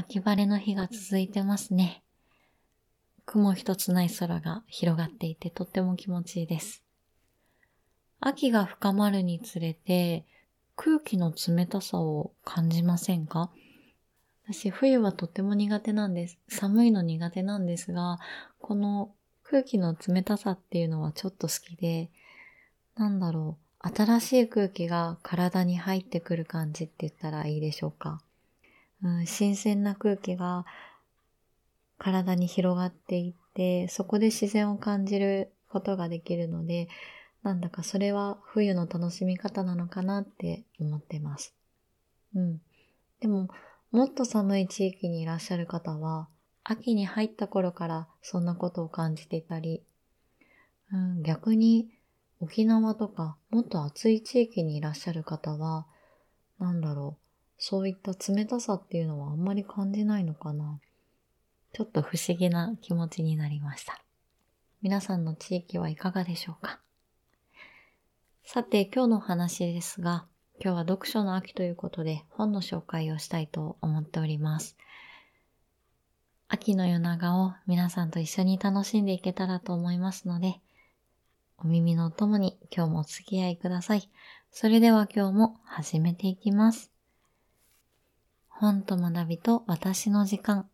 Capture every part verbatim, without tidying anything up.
秋晴れの日が続いてますね。雲一つない空が広がっていてとっても気持ちいいです。秋が深まるにつれて空気の冷たさを感じませんか？私、冬はとっても苦手なんです。寒いの苦手なんですが、この空気の冷たさっていうのはちょっと好きで、なんだろう、新しい空気が体に入ってくる感じって言ったらいいでしょうか。うん、新鮮な空気が体に広がっていって、そこで自然を感じることができるので、なんだかそれは冬の楽しみ方なのかなって思ってます。うん。でも、もっと寒い地域にいらっしゃる方は、秋に入った頃からそんなことを感じていたり、うん、逆に沖縄とかもっと暑い地域にいらっしゃる方は、なんだろう、そういった冷たさっていうのはあんまり感じないのかな。ちょっと不思議な気持ちになりました。皆さんの地域はいかがでしょうか？さて、今日の話ですが、今日は読書の秋ということで本の紹介をしたいと思っております。秋の夜長を皆さんと一緒に楽しんでいけたらと思いますので、お耳のお供に今日もお付き合いください。それでは今日も始めていきます。本と学びと私の時間。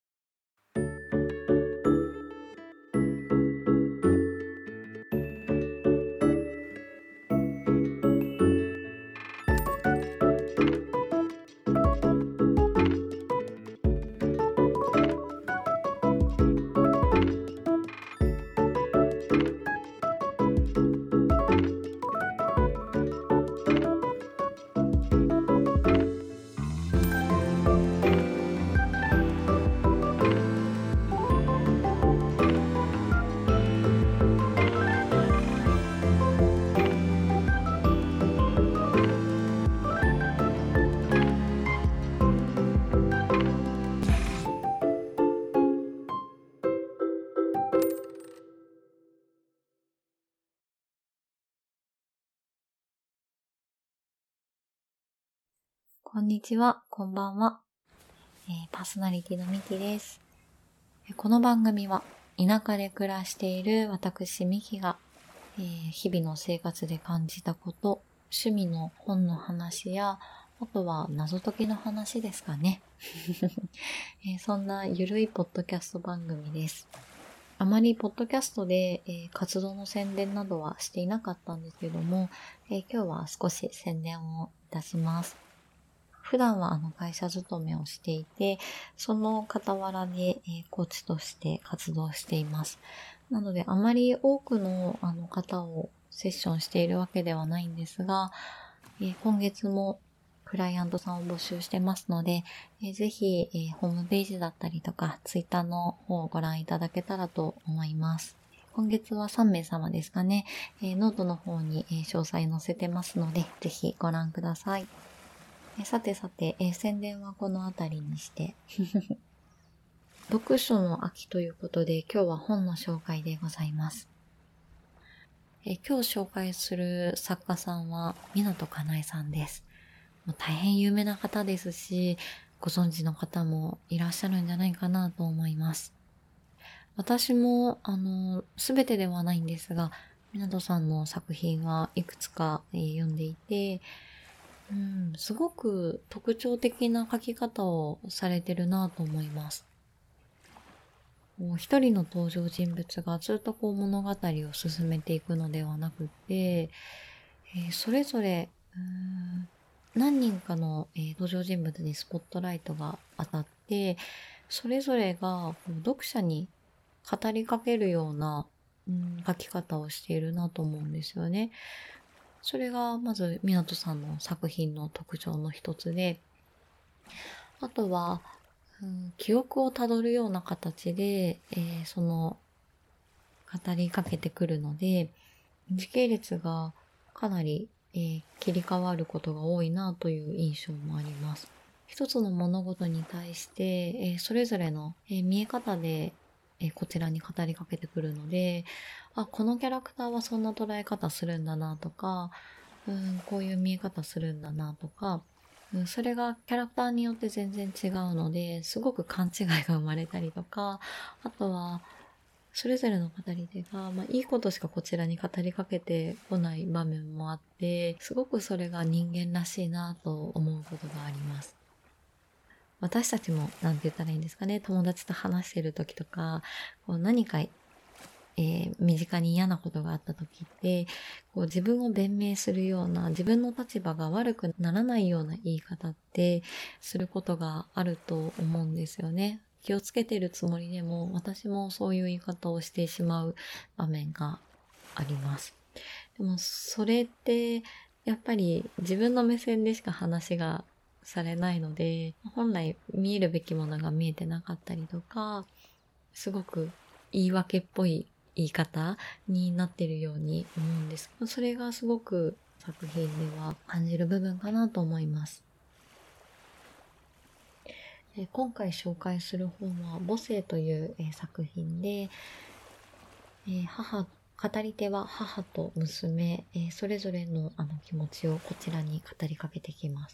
こんにちは、こんばんは。えー、パーソナリティのミキです。この番組は田舎で暮らしている私ミキが、えー、日々の生活で感じたこと、趣味の本の話や、あとは謎解きの話ですかね。えー、そんなゆるいポッドキャスト番組です。あまりポッドキャストで、えー、活動の宣伝などはしていなかったんですけども、えー、今日は少し宣伝をいたします。普段はあの会社勤めをしていて、その傍らで、えー、コーチとして活動しています。なのであまり多くのあの方をセッションしているわけではないんですが、えー、今月もクライアントさんを募集してますので、えー、ぜひ、えー、ホームページだったりとかツイッターの方をご覧いただけたらと思います。今月はさんめいさまですかね、えー、ノートの方に、えー、詳細載せてますので、ぜひご覧ください。さてさて、えー、宣伝はこのあたりにして読書の秋ということで今日は本の紹介でございます。えー、今日紹介する作家さんは湊かなえさんです。もう大変有名な方ですし、ご存知の方もいらっしゃるんじゃないかなと思います。私もあのすべてではないんですが、湊さんの作品はいくつか、えー、読んでいて、うん、すごく特徴的な書き方をされてるなと思います。もう一人の登場人物がずっとこう物語を進めていくのではなくて、えー、それぞれうーん何人かの、えー、登場人物にスポットライトが当たって、それぞれが読者に語りかけるような、うん、書き方をしているなと思うんですよね。それがまず湊さんの作品の特徴の一つで、あとは、うん、記憶をたどるような形で、えー、その語りかけてくるので、時系列がかなり、えー、切り替わることが多いなという印象もあります。一つの物事に対して、えー、それぞれの、えー、見え方で、えー、こちらに語りかけてくるので、あ、このキャラクターはそんな捉え方するんだなとか、うん、こういう見え方するんだなとか、 うん、それがキャラクターによって全然違うので、すごく勘違いが生まれたりとか、あとは、それぞれの語り手が、まあ、いいことしかこちらに語りかけてこない場面もあって、すごくそれが人間らしいなと思うことがあります。私たちも、なんて言ったらいいんですかね、友達と話してる時とか、こう何か、えー、身近に嫌なことがあった時って、こう自分を弁明するような、自分の立場が悪くならないような言い方ってすることがあると思うんですよね。気をつけてるつもりでも、私もそういう言い方をしてしまう場面があります。でもそれってやっぱり自分の目線でしか話がされないので、本来見えるべきものが見えてなかったりとか、すごく言い訳っぽい言い方になってるように思うんです。それがすごく作品では感じる部分かなと思います。今回紹介する本は母性という作品で、母語り手は母と娘、えー、それぞれのあの気持ちをこちらに語りかけてきます。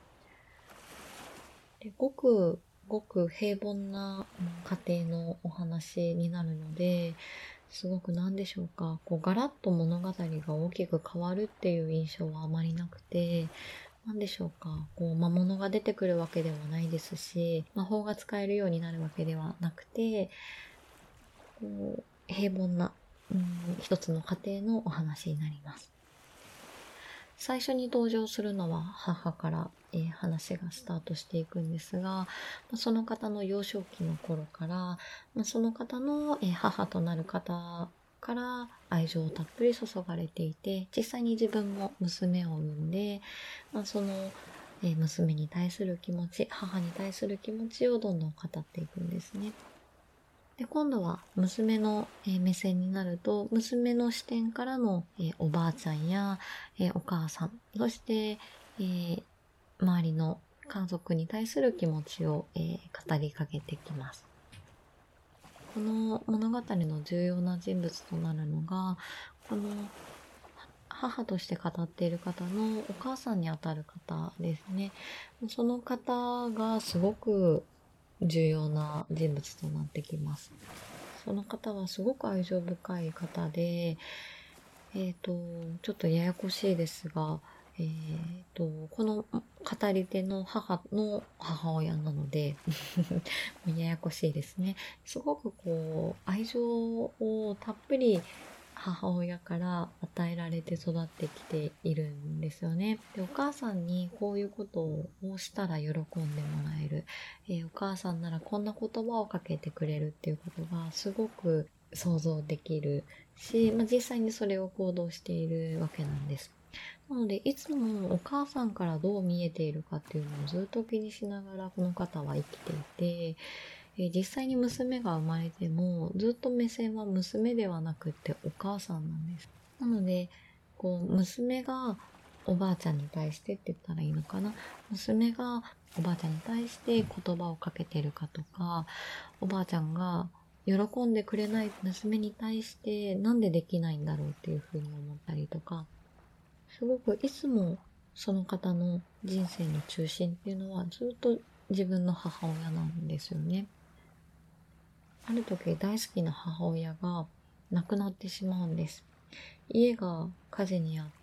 でごくごく平凡な家庭のお話になるので、すごく何でしょうか、こうガラッと物語が大きく変わるっていう印象はあまりなくて、何でしょうか、こう魔物が出てくるわけではないですし、魔法が使えるようになるわけではなくて、こう平凡なうん一つの家庭のお話になります。最初に登場するのは母から、えー、話がスタートしていくんですが、その方の幼少期の頃から、その方の、えー、母となる方から愛情をたっぷり注がれていて、実際に自分も娘を産んで、まあ、その、えー、娘に対する気持ち、母に対する気持ちをどんどん語っていくんですね。で、今度は娘の、えー目線になると、娘の視点からの、えーおばあちゃんや、えーお母さん、そして、えー周りの家族に対する気持ちを、えー語りかけてきます。この物語の重要な人物となるのが、この母として語っている方のお母さんにあたる方ですね。その方がすごく重要な人物となってきます。その方はすごく愛情深い方で、えっと、ちょっとややこしいですが、えっと、この語り手の母の母親なので、ややこしいですね。すごくこう、愛情をたっぷり母親から与えられて育ってきているんですよね。で、お母さんにこういうことをしたら喜んでもらえる。えーお母さんならこんな言葉をかけてくれるっていうことがすごく想像できるし、まあ、実際にそれを行動しているわけなんです。なので、いつもお母さんからどう見えているかっていうのをずっと気にしながらこの方は生きていて、えー実際に娘が生まれてもずっと目線は娘ではなくってお母さんなんです。なので、こう、娘がおばあちゃんに対してって言ったらいいのかな。娘がおばあちゃんに対して言葉をかけてるかとか、おばあちゃんが喜んでくれない娘に対してなんでできないんだろうっていうふうに思ったりとか、すごくいつもその方の人生の中心っていうのはずっと自分の母親なんですよね。ある時大好きな母親が亡くなってしまうんです。家が火事にあって、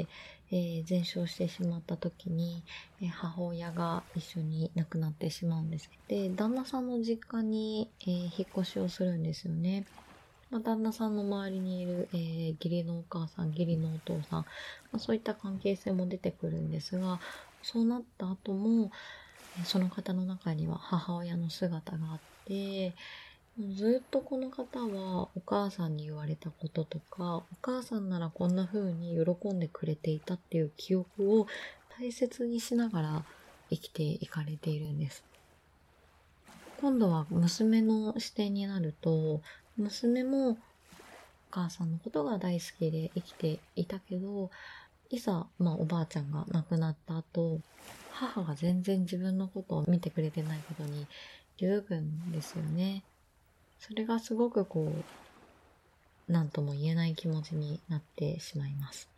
えー全焼してしまった時に、えー母親が一緒に亡くなってしまうんです。で、旦那さんの実家に、えー引っ越しをするんですよね。まあ、旦那さんの周りにいる、えー義理のお母さん、義理のお父さん、まあ、そういった関係性も出てくるんですが、そうなった後も、えーその方の中には母親の姿があって、ずっとこの方はお母さんに言われたこととか、お母さんならこんな風に喜んでくれていたっていう記憶を大切にしながら生きていかれているんです。今度は娘の視点になると、娘もお母さんのことが大好きで生きていたけど、いざ、まあ、おばあちゃんが亡くなった後、母が全然自分のことを見てくれてないことに気づくんですよね。それがすごくこう、なんとも言えない気持ちになってしまいます。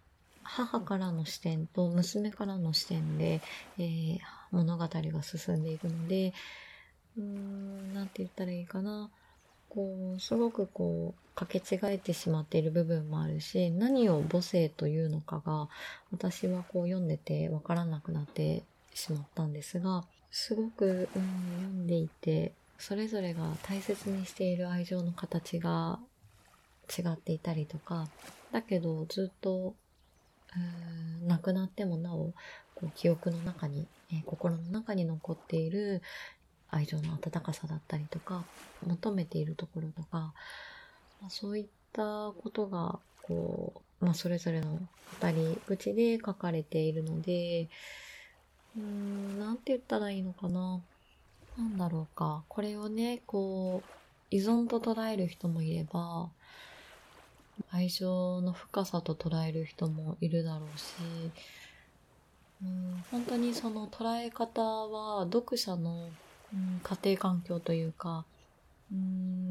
母からの視点と娘からの視点で、えー、物語が進んでいくので、うーん、なんて言ったらいいかな。こう、すごくこう、かけ違えてしまっている部分もあるし、何を母性というのかが、私はこう読んでてわからなくなってしまったんですが、すごく、うん、読んでいて、それぞれが大切にしている愛情の形が違っていたりとか、だけどずっと、うーん、亡くなってもなお、こう記憶の中に、えー心の中に残っている愛情の温かさだったりとか、求めているところとか、まあ、そういったことが、こう、まあ、それぞれの語り口で書かれているので、うーん、なんて言ったらいいのかな。なんだろうか。これをね、こう、依存と捉える人もいれば、愛情の深さと捉える人もいるだろうし、うん、本当にその捉え方は読者の、うん、家庭環境というか、うん、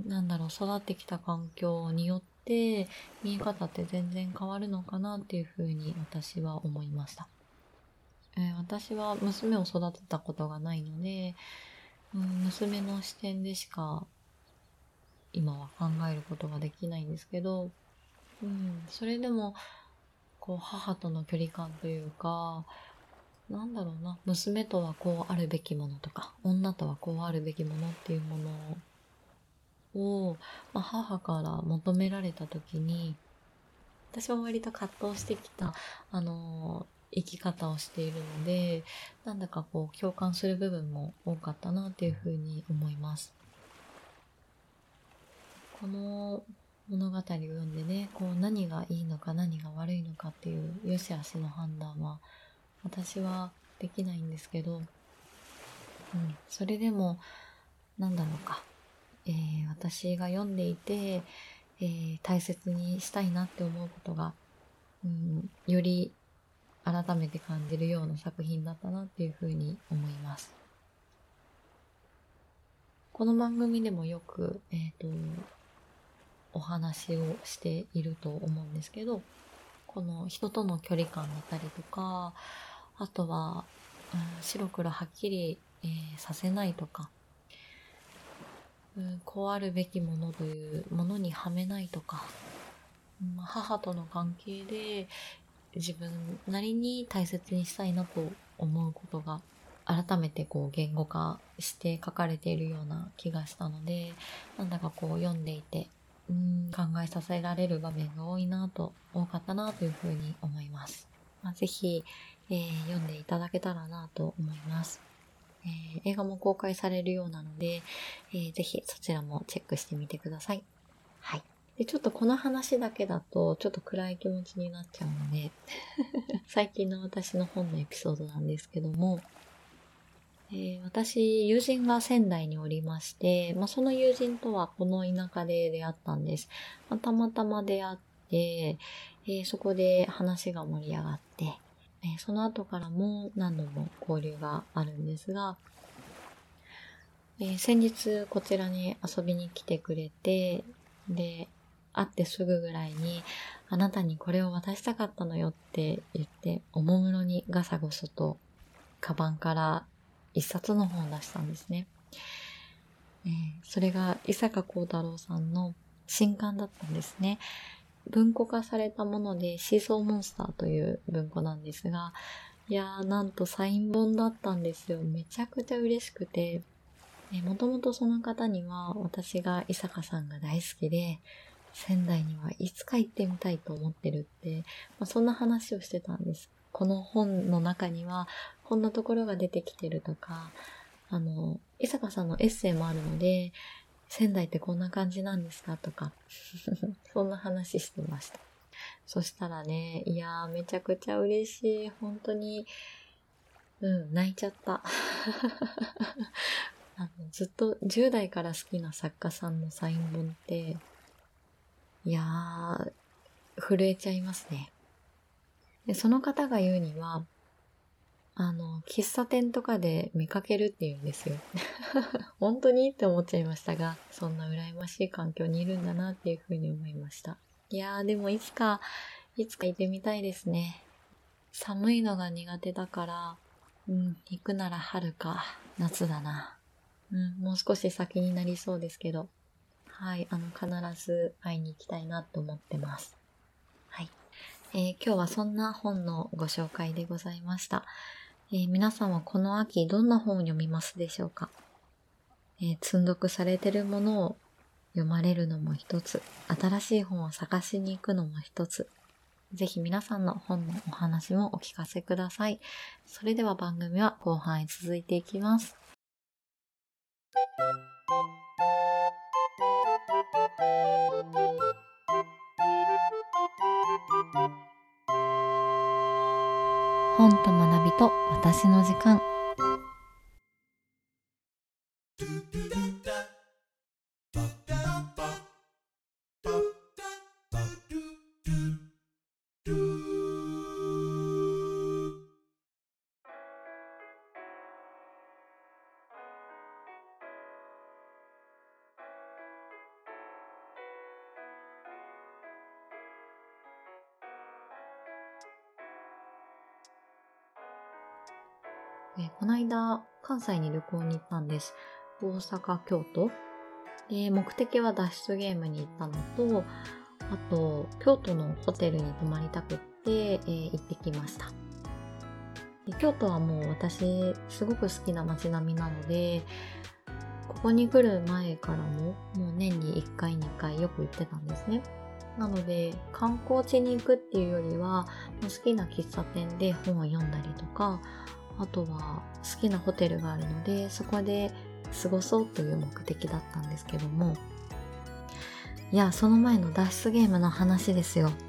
なんだろう、育ってきた環境によって見え方って全然変わるのかなっていうふうに私は思いました。えー私は娘を育てたことがないので、うん、娘の視点でしか今は考えることができないんですけど、うん、それでもこう母との距離感というか、なんだろうな、娘とはこうあるべきものとか、女とはこうあるべきものっていうものを、まあ、母から求められた時に、私は割と葛藤してきた、あの生き方をしているので、なんだかこう共感する部分も多かったなっていうふうに思います。この物語を読んでね、こう何がいいのか何が悪いのかっていう良し悪しの判断は私はできないんですけど、うん、それでもなんだろうか、えー私が読んでいて、えー大切にしたいなって思うことが、うん、より改めて感じるような作品だったなっていうふうに思います。この番組でもよく、えっと、お話をしていると思うんですけど、この人との距離感だったりとか、あとは、うん、白黒はっきり、えーさせないとか、うん、こうあるべきものというものにはめないとか、うん、母との関係で自分なりに大切にしたいなと思うことが改めてこう言語化して書かれているような気がしたので、なんだかこう読んでいて、うーん、考えさせられる場面が多いなと、多かったなというふうに思います。まあ、ぜひ、えー読んでいただけたらなと思います。えー映画も公開されるようなので、えーぜひそちらもチェックしてみてください。はい。で、ちょっとこの話だけだと、ちょっと暗い気持ちになっちゃうので、最近の私の本のエピソードなんですけども、えー私、友人が仙台におりまして、まあ、その友人とはこの田舎で出会ったんです。まあ、たまたま出会って、えーそこで話が盛り上がって、えーその後からも何度も交流があるんですが、えー先日こちらに遊びに来てくれて、で、会ってすぐぐらいに、あなたにこれを渡したかったのよって言って、おもむろにガサゴソと、カバンから一冊の本を出したんですね。えーそれが伊坂幸太郎さんの新刊だったんですね。文庫化されたもので、シーソーモンスターという文庫なんですが、いやー、なんとサイン本だったんですよ。めちゃくちゃ嬉しくて、もともとその方には私が伊坂さんが大好きで、仙台にはいつか行ってみたいと思ってるって、まあ、そんな話をしてたんです。この本の中にはこんなところが出てきてるとか、あの、伊坂さんのエッセイもあるので、仙台ってこんな感じなんですかとか、そんな話してました。そしたらね、いやーめちゃくちゃ嬉しい。本当に、うん、泣いちゃった。あのずっとじゅう代から好きな作家さんのサイン本って、いやー、震えちゃいますね。で、その方が言うには、あの、喫茶店とかで見かけるって言うんですよ。本当にって思っちゃいましたが、そんな羨ましい環境にいるんだなっていうふうに思いました。いやー、でもいつか、いつか行ってみたいですね。 寒いのが苦手だから、うん、行くなら春か夏だな。うん、もう少し先になりそうですけど、はい、あの、必ず会いに行きたいなと思ってます。はい。えー、今日はそんな本のご紹介でございました。えー、皆さんはこの秋どんな本を読みますでしょうか？えー、積読されているものを読まれるのも一つ、新しい本を探しに行くのも一つ。ぜひ皆さんの本のお話もお聞かせください。それでは番組は後半へ続いていきます。本と学びと私の時間。えこの間関西に旅行に行ったんです。大阪、京都で、目的は脱出ゲームに行ったのと、あと京都のホテルに泊まりたくって、えー、行ってきました。で京都はもう私すごく好きな街並みなので、ここに来る前からももう年にいっかいにかいよく行ってたんですね。なので観光地に行くっていうよりは、好きな喫茶店で本を読んだりとか、あとは好きなホテルがあるのでそこで過ごそうという目的だったんですけども、いやその前の脱出ゲームの話ですよ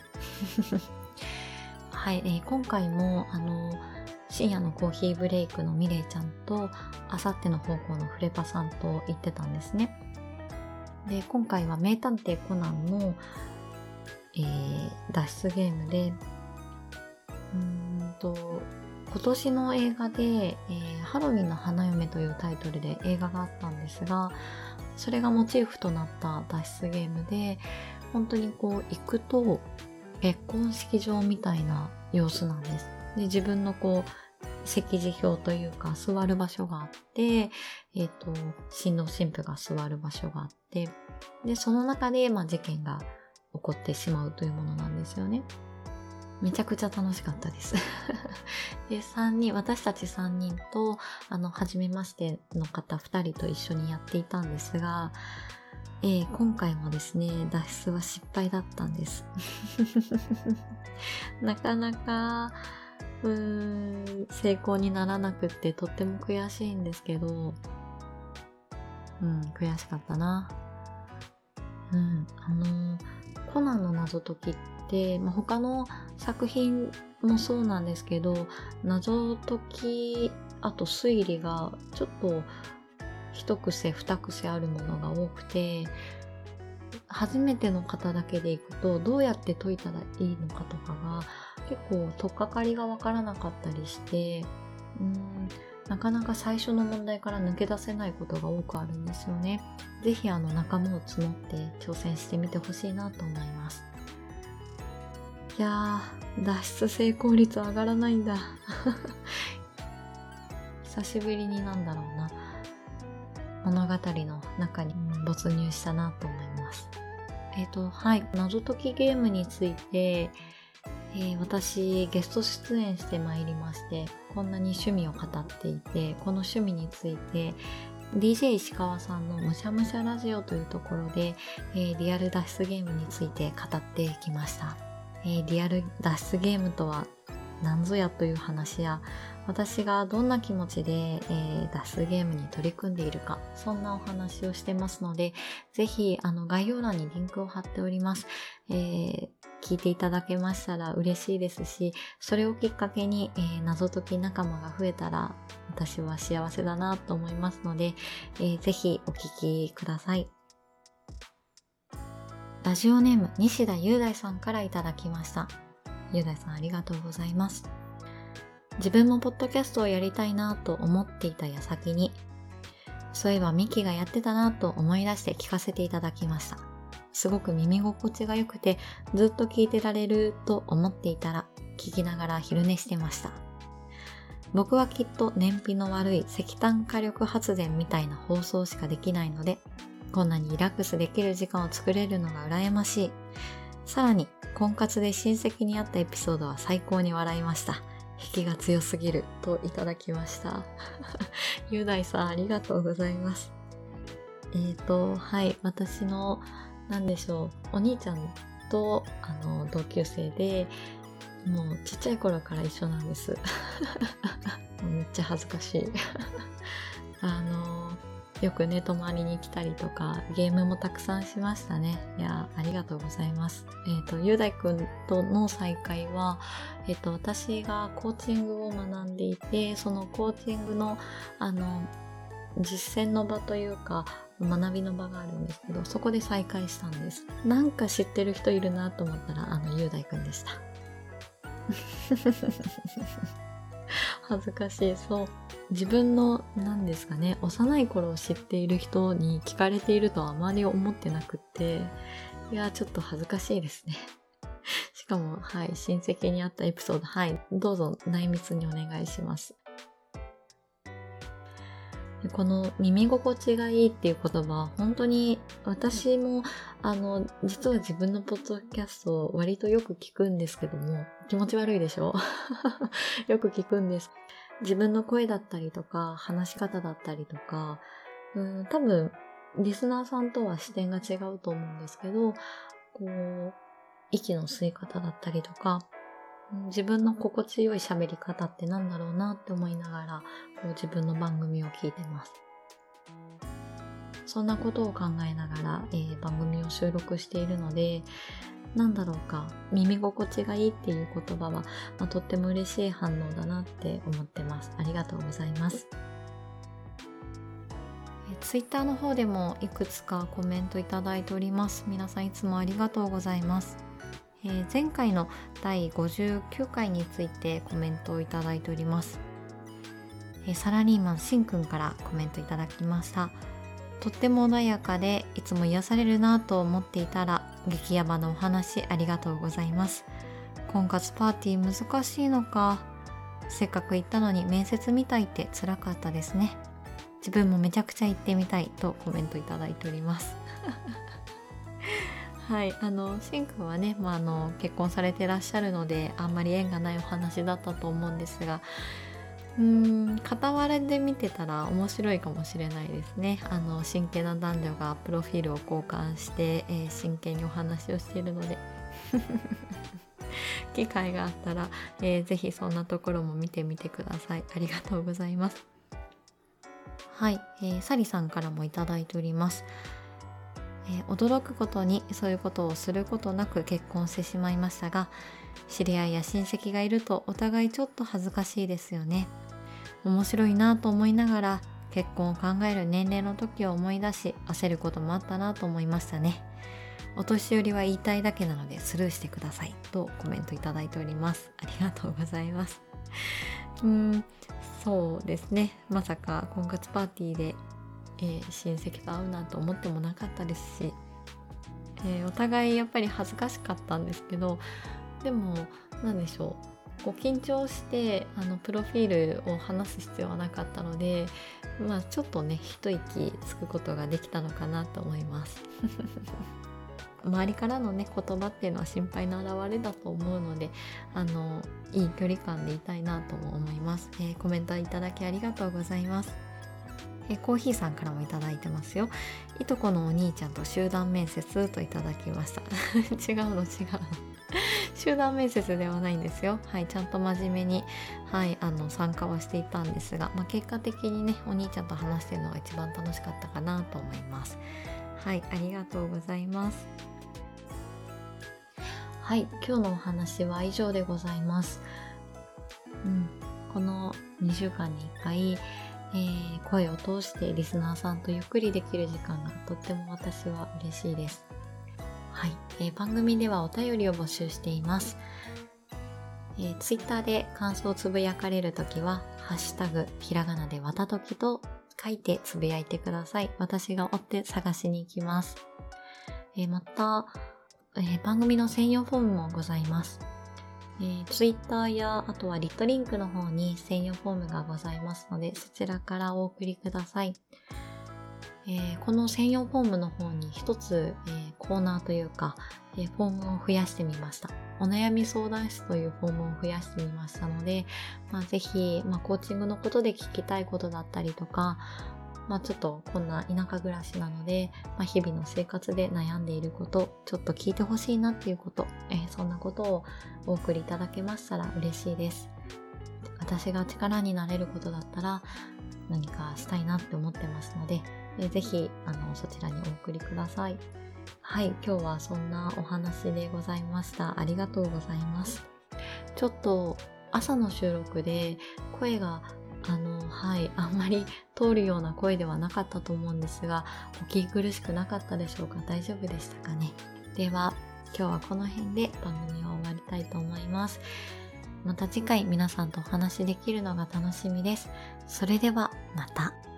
はい、えー、今回もあの深夜のコーヒーブレイクのミレイちゃんとあさっての方向のフレパさんと行ってたんですね。で今回は名探偵コナンの、えー、脱出ゲームでうーんと今年の映画で、えー、ハロウィンの花嫁というタイトルで映画があったんですが、それがモチーフとなった脱出ゲームで、本当にこう行くと結婚式場みたいな様子なんです。で自分のこう席次表というか座る場所があって、えっと新郎新婦が座る場所があって、でその中で、まあ、事件が起こってしまうというものなんですよね。めちゃくちゃ楽しかったですでさんにん、私たちさんにんとあの初めましての方ふたりと一緒にやっていたんですが、えー、今回もですね脱出は失敗だったんですなかなかうーん成功にならなくってとっても悔しいんですけど、うん悔しかったな。うんあのコナンの謎解きってまあ、他の作品もそうなんですけど、謎解きあと推理がちょっと一癖二癖あるものが多くて、初めての方だけでいくとどうやって解いたらいいのかとかが結構取っかかりがわからなかったりして、うーんなかなか最初の問題から抜け出せないことが多くあるんですよね。ぜひあの仲間を募って挑戦してみてほしいなと思います。いやー、脱出成功率上がらないんだ久しぶりになんだろうな、物語の中に没入したなと思います。えっとはい謎解きゲームについて、えー、私ゲスト出演してまいりまして、こんなに趣味を語っていて、この趣味についてディージェー 石川さんのむしゃむしゃラジオというところで、えー、リアル脱出ゲームについて語っていきました。えー、リアル脱出ゲームとは何ぞやという話や、私がどんな気持ちで、えー、脱出ゲームに取り組んでいるか、そんなお話をしてますので、ぜひあの概要欄にリンクを貼っております。えー、聞いていただけましたら嬉しいですし、それをきっかけに、えー、謎解き仲間が増えたら私は幸せだなと思いますので、えー、ぜひお聞きください。ラジオネーム西田雄大さんからいただきました。雄大さんありがとうございます。自分もポッドキャストをやりたいなと思っていた矢先に、そういえばミキがやってたなと思い出して聞かせていただきました。すごく耳心地が良くてずっと聞いてられると思っていたら、聞聞きながら昼寝してました。僕はきっと燃費の悪い石炭火力発電みたいな放送しかできないので、こんなにリラックスできる時間を作れるのが羨ましい。さらに婚活で親戚に会ったエピソードは最高に笑いました。引きが強すぎるといただきました。雄大さんありがとうございます。えーと、はい、私のなんでしょう、お兄ちゃんとあの同級生で、もうちっちゃい頃から一緒なんです。めっちゃ恥ずかしい。あのよくね泊まりに来たりとかゲームもたくさんしましたね。いやありがとうございます。えっ、ー、と雄大くんとの再会は、えっ、ー、と私がコーチングを学んでいて、そのコーチングのあの実践の場というか学びの場があるんですけど、そこで再会したんです。なんか知ってる人いるなと思ったらあの雄大くんでした。恥ずかしい。そう、自分の何ですかね、幼い頃を知っている人に聞かれているとはあまり思ってなくって、いやちょっと恥ずかしいですね。しかもはい親戚にあったエピソード、はいどうぞ内密にお願いします。この耳心地がいいっていう言葉は本当に私もあの実は自分のポッドキャストを割とよく聞くんですけども、気持ち悪いでしょよく聞くんです。自分の声だったりとか話し方だったりとか、うん、多分リスナーさんとは視点が違うと思うんですけど、こう息の吸い方だったりとか自分の心地よい喋り方ってなんだろうなって思いながらこう自分の番組を聞いてます。そんなことを考えながら、えー、番組を収録しているので、なんだろうか耳心地がいいっていう言葉は、まあ、とっても嬉しい反応だなって思ってます。ありがとうございます。ツイッターの方でもいくつかコメントいただいております。皆さんいつもありがとうございます。えー、前回のだいごじゅうきゅうかいについてコメントをいただいております。えー、サラリーマンしんくんからコメントいただきました。とっても穏やかでいつも癒されるなと思っていたら激ヤバなお話ありがとうございます。婚活パーティー難しいのか。せっかく行ったのに面接みたいって辛かったですね。自分もめちゃくちゃ行ってみたいとコメントいただいております。はい、あのしんくんはね、まあ、あの結婚されてらっしゃるのであんまり縁がないお話だったと思うんですが、うーん傍らで見てたら面白いかもしれないですね。あの真剣な男女がプロフィールを交換して、えー、真剣にお話をしているので機会があったら、えー、ぜひそんなところも見てみてください。ありがとうございます。はい、えー、サリさんからもいただいております。えー、驚くことにそういうことをすることなく結婚してしまいましたが、知り合いや親戚がいるとお互いちょっと恥ずかしいですよね。面白いなと思いながら結婚を考える年齢の時を思い出し焦ることもあったなと思いましたね。お年寄りは言いたいだけなのでスルーしてくださいとコメントいただいております。ありがとうございます。うーんそうですね、まさか婚活パーティーでえー、親戚と会うなんて思ってもなかったですし、えー、お互いやっぱり恥ずかしかったんですけど、でも何でしょう、こう緊張してあのプロフィールを話す必要はなかったので、まあちょっとね一息つくことができたのかなと思います。周りからのね言葉っていうのは心配の表れだと思うので、あのいい距離感でいたいなとも思います。えー、コメントいただきありがとうございます。えコーヒーさんからもいただいてますよ。いとこのお兄ちゃんと集団面接といただきました。違うの違うの集団面接ではないんですよ。はい、ちゃんと真面目に、はい、あの参加はしていたんですが、まあ、結果的にねお兄ちゃんと話してるのが一番楽しかったかなと思います。はい、ありがとうございます。はい、今日のお話は以上でございます。うん、このにしゅうかんにいっかいえー、声を通してリスナーさんとゆっくりできる時間がとっても私は嬉しいです。はい、えー、番組ではお便りを募集しています。えー、ツイッターで感想をつぶやかれるときはハッシュタグひらがなでわたときと書いてつぶやいてください。私が追って探しに行きます。えー、また、えー、番組の専用フォームもございます。 えー、Twitter やあとはリットリンクの方に専用フォームがございますので、そちらからお送りください。えー、この専用フォームの方に一つ、えー、コーナーというか、えー、フォームを増やしてみました。お悩み相談室というフォームを増やしてみましたので、まあ、ぜひ、まあ、コーチングのことで聞きたいことだったりとか、まあ、ちょっとこんな田舎暮らしなので、まあ、日々の生活で悩んでいること、ちょっと聞いてほしいなっていうこと、えー、そんなことをお送りいただけましたら嬉しいです。私が力になれることだったら何かしたいなって思ってますので、えー、ぜひあのそちらにお送りください。はい、今日はそんなお話でございました。ありがとうございます。ちょっと朝の収録で声があのはいあんまり通るような声ではなかったと思うんですが、お聞き苦しくなかったでしょうか？大丈夫でしたかね？では今日はこの辺で番組を終わりたいと思います。また次回皆さんとお話しできるのが楽しみです。それではまた。